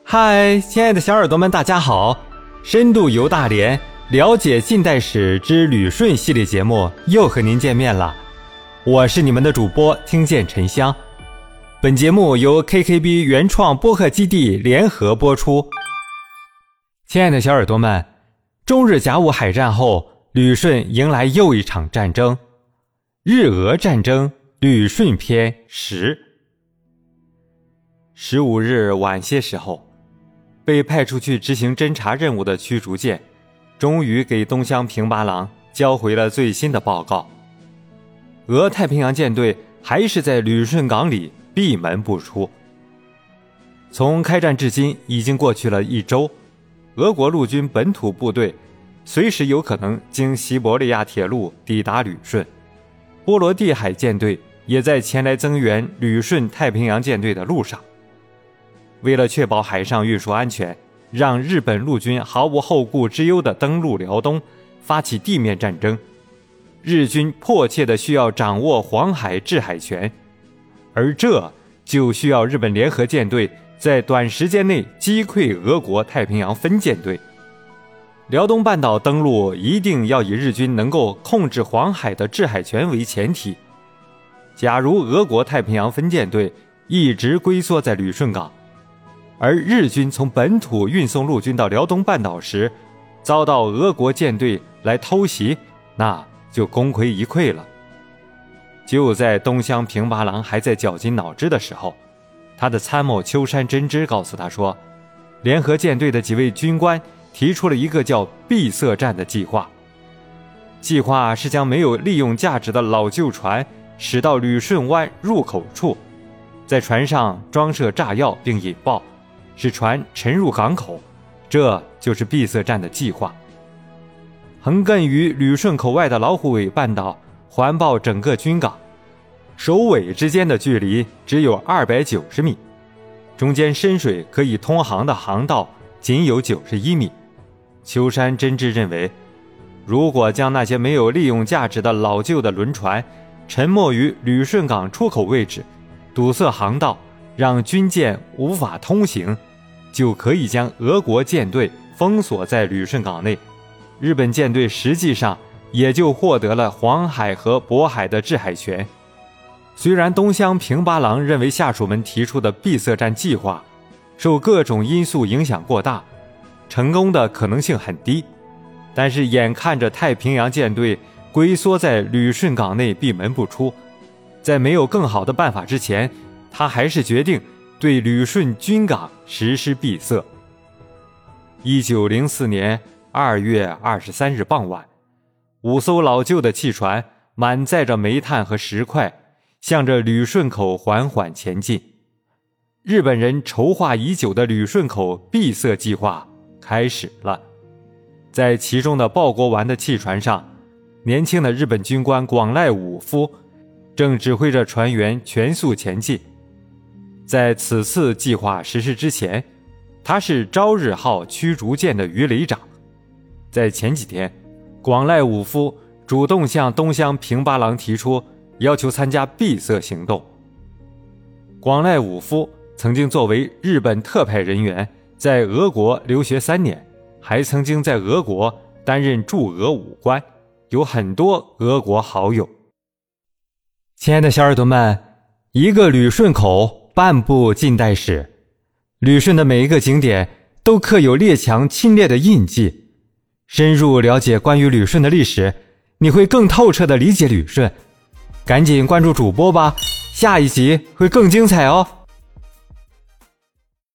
嗨，亲爱的小耳朵们，大家好！深度游大连，了解近代史之旅顺系列节目又和您见面了。我是你们的主播听见沉香。本节目由 KKB 原创播客基地联合播出。亲爱的小耳朵们，中日甲午海战后，旅顺迎来又一场战争——日俄战争旅顺篇10。15日晚些时候，被派出去执行侦察任务的驱逐舰终于给东乡平八郎交回了最新的报告。俄太平洋舰队还是在旅顺港里闭门不出。从开战至今已经过去了1周，俄国陆军本土部队随时有可能经西伯利亚铁路抵达旅顺，波罗的海舰队也在前来增援旅顺太平洋舰队的路上。为了确保海上运输安全，让日本陆军毫无后顾之忧地登陆辽东，发起地面战争，日军迫切地需要掌握黄海制海权，而这就需要日本联合舰队在短时间内击溃俄国太平洋分舰队。辽东半岛登陆一定要以日军能够控制黄海的制海权为前提。假如俄国太平洋分舰队一直龟缩在旅顺港，而日军从本土运送陆军到辽东半岛时，遭到俄国舰队来偷袭，那就功亏一篑了。就在东乡平八郎还在绞尽脑汁的时候，他的参谋秋山真知告诉他说，联合舰队的几位军官提出了一个叫闭塞战的计划。计划是将没有利用价值的老旧船驶到旅顺湾入口处，在船上装设炸药并引爆，使船沉入港口，这就是闭塞战的计划。横亘于旅顺口外的老虎尾半岛环抱整个军港，首尾之间的距离只有290米，中间深水可以通航的航道仅有91米。秋山真知认为，如果将那些没有利用价值的老旧的轮船沉没于旅顺港出口位置，堵塞航道，让军舰无法通行，就可以将俄国舰队封锁在旅顺港内，日本舰队实际上也就获得了黄海和渤海的制海权。虽然东乡平八郎认为下属们提出的闭塞战计划受各种因素影响过大，成功的可能性很低，但是眼看着太平洋舰队龟缩在旅顺港内闭门不出，在没有更好的办法之前，他还是决定对旅顺军港实施闭塞。1904年2月23日傍晚，5艘老旧的汽船满载着煤炭和石块，向着旅顺口缓缓前进。日本人筹划已久的旅顺口闭塞计划开始了。在其中的报国丸的汽船上，年轻的日本军官广濑武夫正指挥着船员全速前进。在此次计划实施之前，他是朝日号驱逐舰的鱼雷长。在前几天，广濑武夫主动向东乡平八郎提出要求参加闭塞行动。广濑武夫曾经作为日本特派人员在俄国留学3年，还曾经在俄国担任驻俄武官，有很多俄国好友。亲爱的小耳朵们，一个旅顺口，半部近代史。旅顺的每一个景点都刻有列强侵略的印记。深入了解关于旅顺的历史，你会更透彻地理解旅顺。赶紧关注主播吧，下一集会更精彩哦。